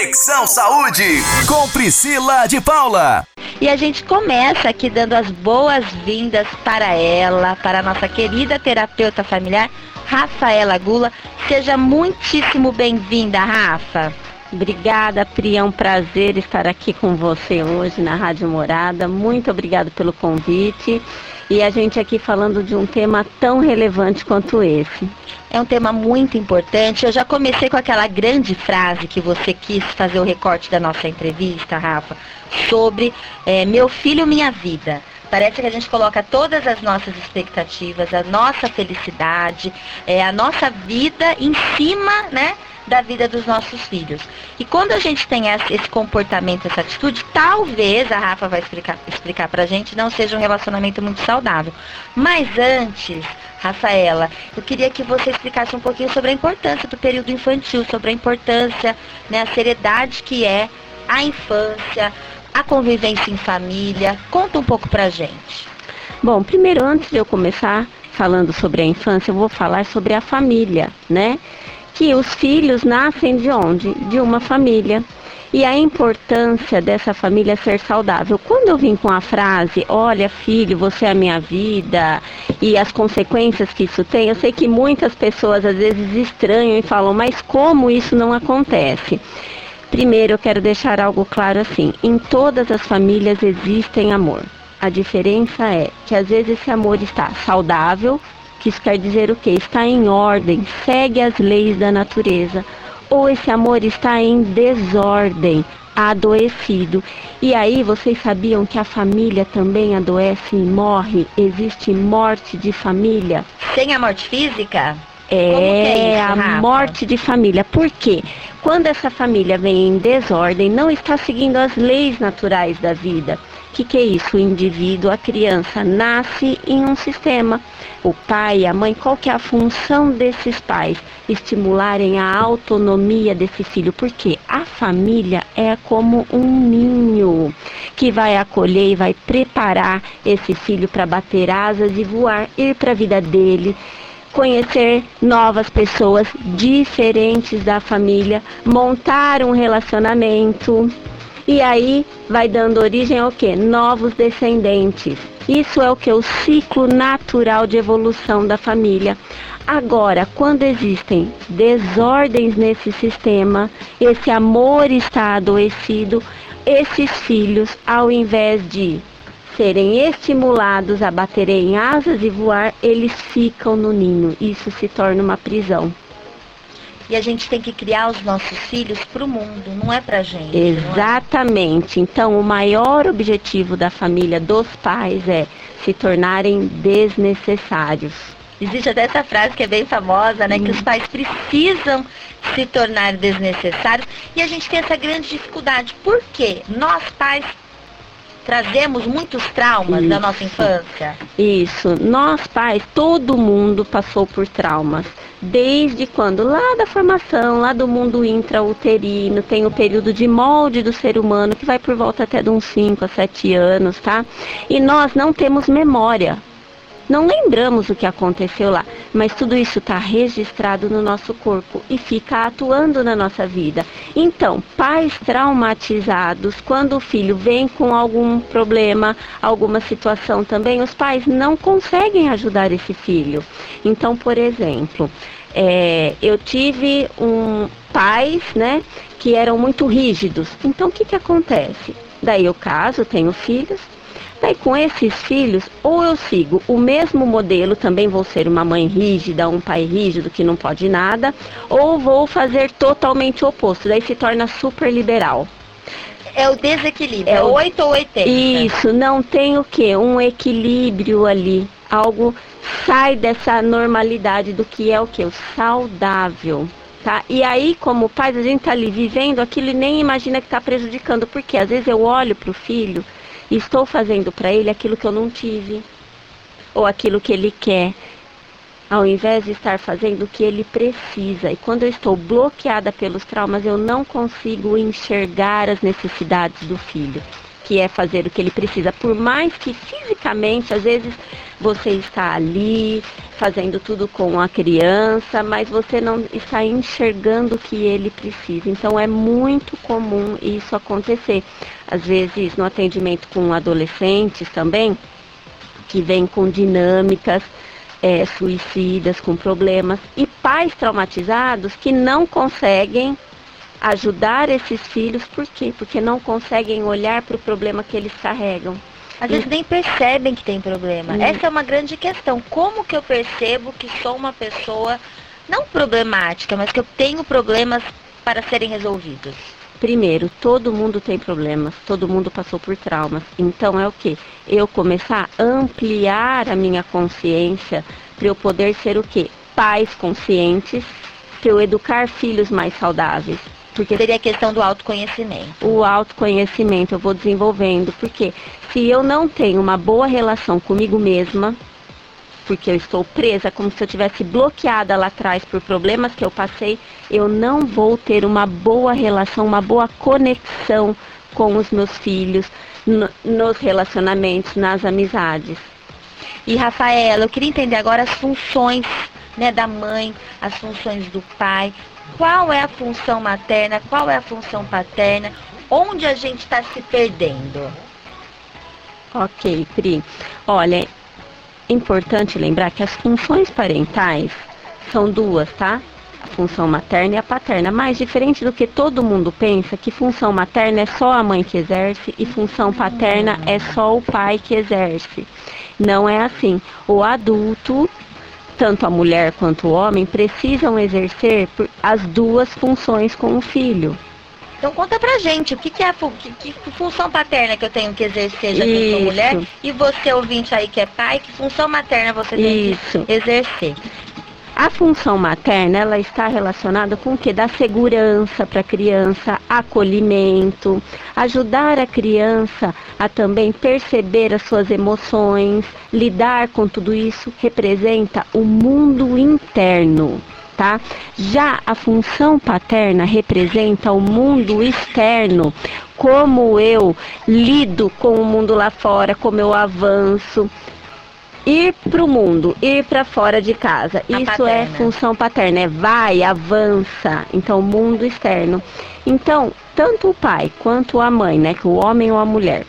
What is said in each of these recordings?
Conexão Saúde, com Priscila de Paula. E a gente começa aqui dando as boas-vindas para ela, para a nossa querida terapeuta familiar, Rafaela Gula. Seja muitíssimo bem-vinda, Rafa. Obrigada, Pri, é um prazer estar aqui com você hoje na Rádio Morada. Muito obrigada pelo convite. E a gente aqui falando de um tema tão relevante quanto esse. É um tema muito importante. Eu já comecei com aquela grande frase que você quis fazer o recorte da nossa entrevista, Rafa, sobre meu filho, minha vida. Parece que a gente coloca todas as nossas expectativas, a nossa felicidade, a nossa vida em cima, né, da vida dos nossos filhos. E quando a gente tem esse comportamento, essa atitude, talvez, a Rafa vai explicar pra gente, não seja um relacionamento muito saudável. Mas antes, Rafaela, eu queria que você explicasse um pouquinho sobre a importância do período infantil, sobre a importância, né, a seriedade que é a infância, a convivência em família. Conta um pouco pra gente. Bom, primeiro, antes de eu começar falando sobre a infância, eu vou falar sobre a família, né? Que os filhos nascem de onde? De uma família. E a importância dessa família ser saudável. Quando eu vim com a frase, olha filho, você é a minha vida, e as consequências que isso tem, eu sei que muitas pessoas às vezes estranham e falam, mas como isso não acontece? Primeiro eu quero deixar algo claro assim, em todas as famílias existem amor. A diferença é que às vezes esse amor está saudável, que isso quer dizer o quê? Está em ordem, segue as leis da natureza. Ou esse amor está em desordem, adoecido. E aí vocês sabiam que a família também adoece e morre? Existe morte de família? Sem a morte física? É a morte de família. Por quê? Quando essa família vem em desordem, não está seguindo as leis naturais da vida. O que é isso? O indivíduo, a criança, nasce em um sistema. O pai e a mãe, qual que é a função desses pais? Estimularem a autonomia desse filho. Porque a família é como um ninho que vai acolher e vai preparar esse filho para bater asas e voar, ir para a vida dele, conhecer novas pessoas diferentes da família, montar um relacionamento. E aí vai dando origem ao quê? Novos descendentes. Isso é o que? O ciclo natural de evolução da família. Agora, quando existem desordens nesse sistema, esse amor está adoecido, esses filhos, ao invés de serem estimulados a baterem asas e voar, eles ficam no ninho. Isso se torna uma prisão. E a gente tem que criar os nossos filhos para o mundo, não é para a gente. Exatamente. Então, o maior objetivo da família, dos pais, é se tornarem desnecessários. Existe até essa frase que é bem famosa, né? Que os pais precisam se tornar desnecessários. E a gente tem essa grande dificuldade. Por quê? Nós, pais, trazemos muitos traumas da nossa infância. Isso. Nós, pais, todo mundo passou por traumas. Desde quando? Lá da formação, lá do mundo intrauterino, tem o período de molde do ser humano, que vai por volta até de uns 5 a 7 anos, tá? E nós não temos memória. Não lembramos o que aconteceu lá, mas tudo isso está registrado no nosso corpo e fica atuando na nossa vida. Então, pais traumatizados, quando o filho vem com algum problema, alguma situação também, os pais não conseguem ajudar esse filho. Então, por exemplo, eu tive pais, né, que eram muito rígidos. Então, o que acontece? Daí eu caso, tenho filhos. Daí com esses filhos, ou eu sigo o mesmo modelo, também vou ser uma mãe rígida, um pai rígido que não pode nada, ou vou fazer totalmente o oposto, daí se torna super liberal. É o desequilíbrio, é 8 ou 80. Isso, não tem o quê? Um equilíbrio ali, algo sai dessa normalidade do que é o quê? O saudável. Tá? E aí, como pais, a gente tá ali vivendo aquilo e nem imagina que está prejudicando, porque às vezes eu olho para o filho e estou fazendo para ele aquilo que eu não tive, ou aquilo que ele quer, ao invés de estar fazendo o que ele precisa. E quando eu estou bloqueada pelos traumas, eu não consigo enxergar as necessidades do filho. que é fazer o que ele precisa, por mais que fisicamente, às vezes, você está ali, fazendo tudo com a criança, mas você não está enxergando o que ele precisa. Então, é muito comum isso acontecer. Às vezes, no atendimento com adolescentes também, que vem com dinâmicas suicidas, com problemas, e pais traumatizados que não conseguem ajudar esses filhos. Por quê? Porque não conseguem olhar para o problema que eles carregam. Às vezes nem percebem que tem problema. Essa é uma grande questão. Como que eu percebo que sou uma pessoa não problemática, mas que eu tenho problemas para serem resolvidos? Primeiro, todo mundo tem problemas, todo mundo passou por traumas. Então é o quê? Eu começar a ampliar a minha consciência para eu poder ser o quê? Pais conscientes, para eu educar filhos mais saudáveis. Porque seria a questão do autoconhecimento. O autoconhecimento eu vou desenvolvendo, porque se eu não tenho uma boa relação comigo mesma, porque eu estou presa, como se eu tivesse bloqueada lá atrás por problemas que eu passei, eu não vou ter uma boa relação, uma boa conexão com os meus filhos, nos relacionamentos, nas amizades. E Rafaela, eu queria entender agora as funções, né, da mãe, as funções do pai. Qual é a função materna, qual é a função paterna, onde a gente está se perdendo? Ok, Pri. Olha, é importante lembrar que as funções parentais são duas, tá? A função materna e a paterna. Mas diferente do que todo mundo pensa, que função materna é só a mãe que exerce e função paterna é só o pai que exerce. Não é assim. O adulto, tanto a mulher quanto o homem, precisam exercer as duas funções com o filho. Então conta pra gente, o que é que função paterna que eu tenho que exercer, já que eu sou mulher, e você, ouvinte aí que é pai, que função materna você tem que exercer? A função materna, ela está relacionada com o que? Dar segurança para a criança, acolhimento, ajudar a criança a também perceber as suas emoções, lidar com tudo isso, representa o mundo interno. Tá? Já a função paterna representa o mundo externo, como eu lido com o mundo lá fora, como eu avanço. Ir para o mundo, ir para fora de casa, isso é função paterna, vai, avança, então o mundo externo. Então, tanto o pai quanto a mãe, né, que o homem ou a mulher,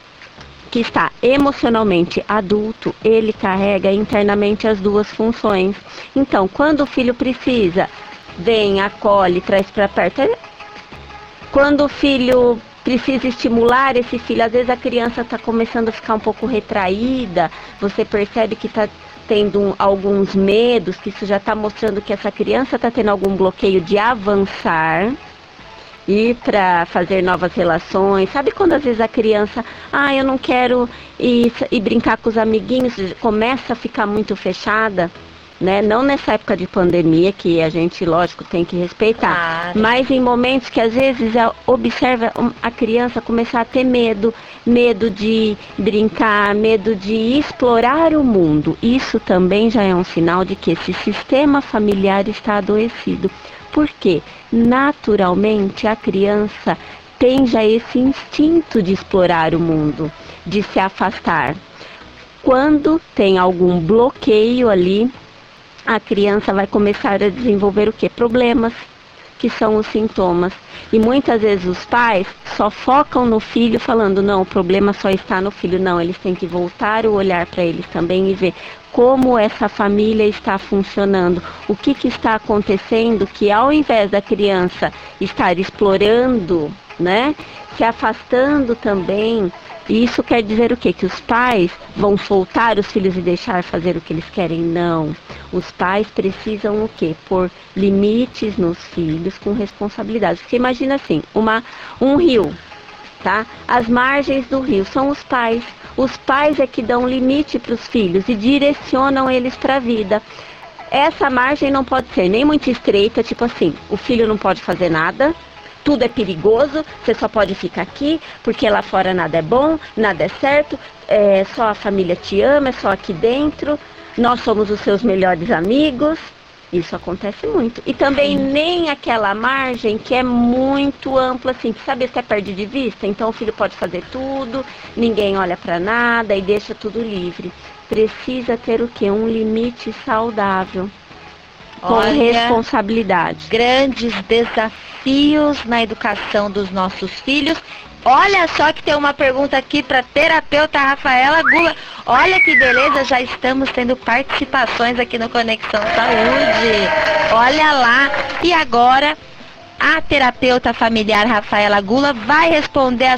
que está emocionalmente adulto, ele carrega internamente as duas funções. Então, quando o filho precisa, vem, acolhe, traz para perto. Quando o filho precisa estimular esse filho, às vezes a criança está começando a ficar um pouco retraída, você percebe que está tendo alguns medos, que isso já está mostrando que essa criança está tendo algum bloqueio de avançar, ir para fazer novas relações. Sabe quando às vezes a criança, eu não quero ir brincar com os amiguinhos, começa a ficar muito fechada, né? Não nessa época de pandemia, que a gente, lógico, tem que respeitar, mas em momentos que às vezes observa a criança começar a ter medo de brincar, medo de explorar o mundo. Isso também já é um sinal de que esse sistema familiar está adoecido. Porque naturalmente a criança tem já esse instinto de explorar o mundo, de se afastar. Quando tem algum bloqueio ali, a criança vai começar a desenvolver o quê? Problemas, que são os sintomas. E muitas vezes os pais só focam no filho falando, não, o problema só está no filho. Não, eles têm que voltar o olhar para eles também e ver como essa família está funcionando. O que está acontecendo que ao invés da criança estar explorando, né, se afastando também. E isso quer dizer o quê? Que os pais vão soltar os filhos e deixar fazer o que eles querem? Não. Os pais precisam o quê? Pôr limites nos filhos com responsabilidades. Porque imagina assim, um rio, tá? As margens do rio são os pais. Os pais é que dão limite para os filhos e direcionam eles para a vida. Essa margem não pode ser nem muito estreita, tipo assim, o filho não pode fazer nada, tudo é perigoso, você só pode ficar aqui, porque lá fora nada é bom, nada é certo, só a família te ama, é só aqui dentro, nós somos os seus melhores amigos. Isso acontece muito. E também nem aquela margem que é muito ampla, assim, sabe, você perde de vista, então o filho pode fazer tudo, ninguém olha para nada e deixa tudo livre. Precisa ter o quê? Um limite saudável, com responsabilidade. Grandes desafios na educação dos nossos filhos. Olha só que tem uma pergunta aqui para terapeuta Rafaela Gula. Olha que beleza, já estamos tendo participações aqui no Conexão Saúde. Olha lá. E agora a terapeuta familiar Rafaela Gula vai responder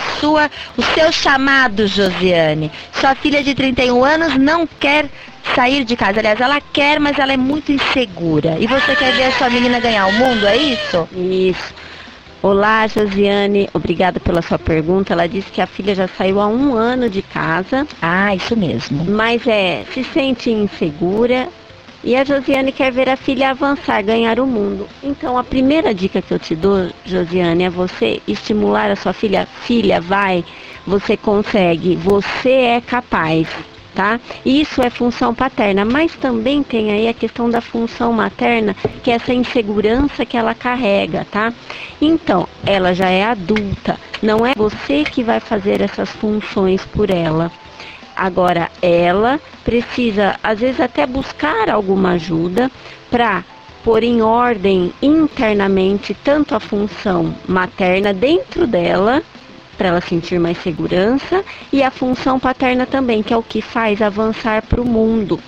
o seu chamado, Josiane. Sua filha de 31 anos não quer sair de casa. Aliás, ela quer, mas ela é muito insegura. E você quer ver a sua menina ganhar o mundo, é isso? Isso. Olá, Josiane, obrigada pela sua pergunta. Ela disse que a filha já saiu há 1 ano de casa. Ah, isso mesmo. Mas se sente insegura e a Josiane quer ver a filha avançar, ganhar o mundo. Então, a primeira dica que eu te dou, Josiane, é você estimular a sua filha. Filha, vai, você consegue, você é capaz. Tá? Isso é função paterna, mas também tem aí a questão da função materna, que é essa insegurança que ela carrega, tá? Então, ela já é adulta, não é você que vai fazer essas funções por ela. Agora, ela precisa, às vezes, até buscar alguma ajuda para pôr em ordem internamente tanto a função materna dentro dela, para ela sentir mais segurança, e a função paterna também, que é o que faz avançar para o mundo.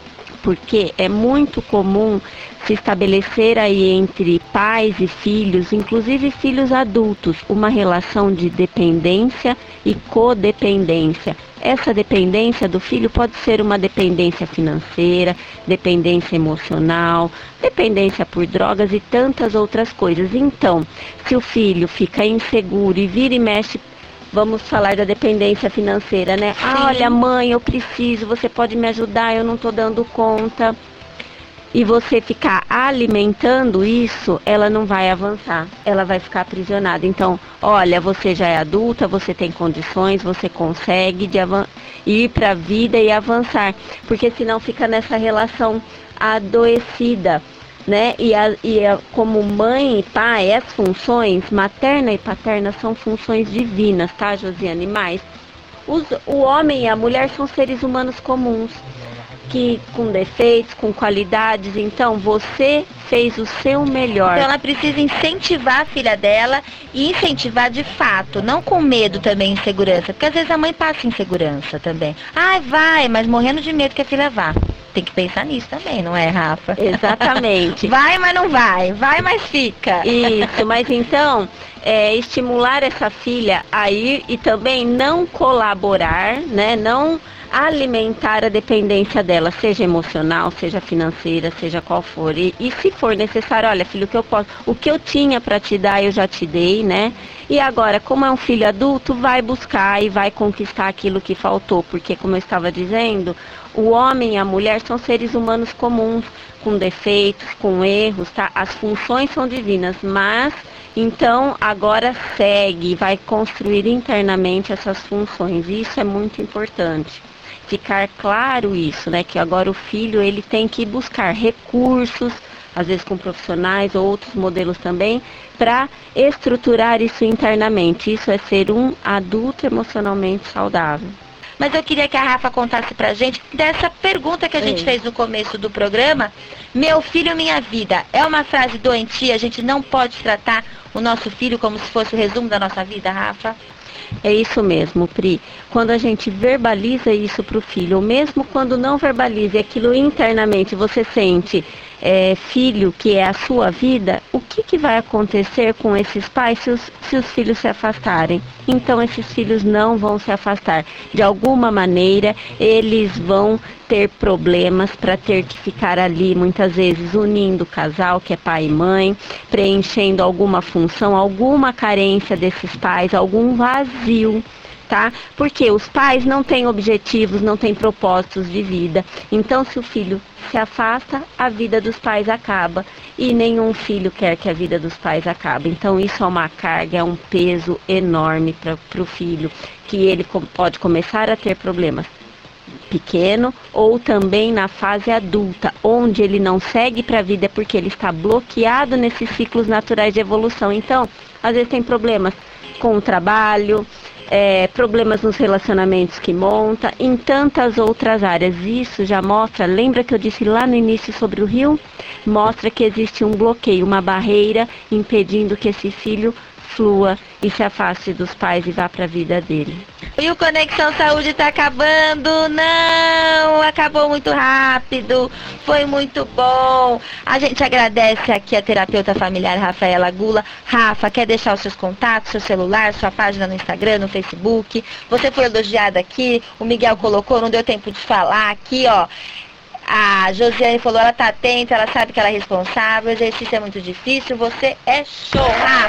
Porque é muito comum se estabelecer aí entre pais e filhos, inclusive filhos adultos, uma relação de dependência e codependência. Essa dependência do filho pode ser uma dependência financeira, dependência emocional, dependência por drogas e tantas outras coisas. Então, se o filho fica inseguro e vira e mexe, vamos falar da dependência financeira, né? Ah, olha, mãe, eu preciso, você pode me ajudar, eu não estou dando conta. E você ficar alimentando isso, ela não vai avançar, ela vai ficar aprisionada. Então, olha, você já é adulta, você tem condições, você consegue ir para a vida e avançar, porque senão fica nessa relação adoecida, né? Como mãe e pai, as funções materna e paterna são funções divinas, tá, Josiane? Mas o homem e a mulher são seres humanos comuns, que com defeitos, com qualidades. Então você fez o seu melhor. Então ela precisa incentivar a filha dela e incentivar de fato, não com medo também, insegurança, porque às vezes a mãe passa insegurança também. Ah, vai, mas morrendo de medo que a filha vá. Tem que pensar nisso também, não é, Rafa? Exatamente. Vai, mas não vai. Vai, mas fica. Isso, mas então, estimular essa filha a ir e também não colaborar, né? Não alimentar a dependência dela, seja emocional, seja financeira, seja qual for. E se for necessário, olha, filho, o que eu tinha para te dar, eu já te dei, né? E agora, como é um filho adulto, vai buscar e vai conquistar aquilo que faltou, porque, como eu estava dizendo, o homem e a mulher são seres humanos comuns, com defeitos, com erros, tá? As funções são divinas, mas então agora segue, vai construir internamente essas funções. E isso é muito importante. Ficar claro isso, né? Que agora o filho, ele tem que buscar recursos, às vezes com profissionais ou outros modelos também, para estruturar isso internamente. Isso é ser um adulto emocionalmente saudável. Mas eu queria que a Rafa contasse pra gente dessa pergunta que a gente fez no começo do programa. Meu filho, minha vida. É uma frase doentia, a gente não pode tratar o nosso filho como se fosse o resumo da nossa vida, Rafa? É isso mesmo, Pri. Quando a gente verbaliza isso para o filho, ou mesmo quando não verbaliza aquilo internamente, você sente, filho, que é a sua vida, o que vai acontecer com esses pais se os filhos se afastarem? Então, esses filhos não vão se afastar. De alguma maneira, eles vão ter problemas para ter que ficar ali, muitas vezes, unindo o casal, que é pai e mãe, preenchendo alguma função, alguma carência desses pais, algum vazio. Tá? Porque os pais não têm objetivos, não têm propósitos de vida. Então, se o filho se afasta, a vida dos pais acaba. E nenhum filho quer que a vida dos pais acabe. Então, isso é uma carga, é um peso enorme para o filho, que ele pode começar a ter problemas pequeno ou também na fase adulta, onde ele não segue para a vida porque ele está bloqueado nesses ciclos naturais de evolução. Então, às vezes tem problemas com o trabalho, problemas nos relacionamentos que monta, em tantas outras áreas. Isso já mostra, lembra que eu disse lá no início sobre o rio? Mostra que existe um bloqueio, uma barreira impedindo que esse filho flua e se afaste dos pais e vá para a vida dele. E o Conexão Saúde está acabando? Não, acabou muito rápido, foi muito bom. A gente agradece aqui a terapeuta familiar Rafaela Gula. Rafa, quer deixar os seus contatos, seu celular, sua página no Instagram, no Facebook? Você foi elogiada aqui, o Miguel colocou, não deu tempo de falar aqui, ó. A Josiane falou, ela tá atenta, ela sabe que ela é responsável, o exercício é muito difícil, você é show,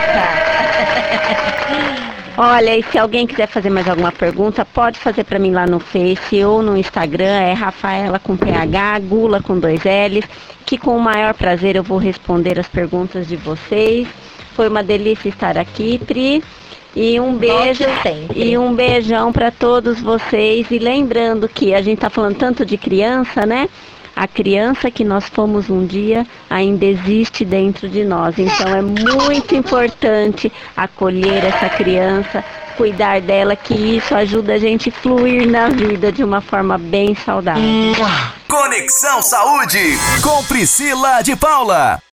Rafa! Olha, e se alguém quiser fazer mais alguma pergunta, pode fazer para mim lá no Face ou no Instagram, é Rafaela com PH, Gula com 2 L's, que com o maior prazer eu vou responder as perguntas de vocês. Foi uma delícia estar aqui, Pri. E um beijo e um beijão para todos vocês. E lembrando que a gente está falando tanto de criança, né? A criança que nós fomos um dia ainda existe dentro de nós. Então é muito importante acolher essa criança, cuidar dela, que isso ajuda a gente a fluir na vida de uma forma bem saudável. Conexão Saúde com Priscila de Paula.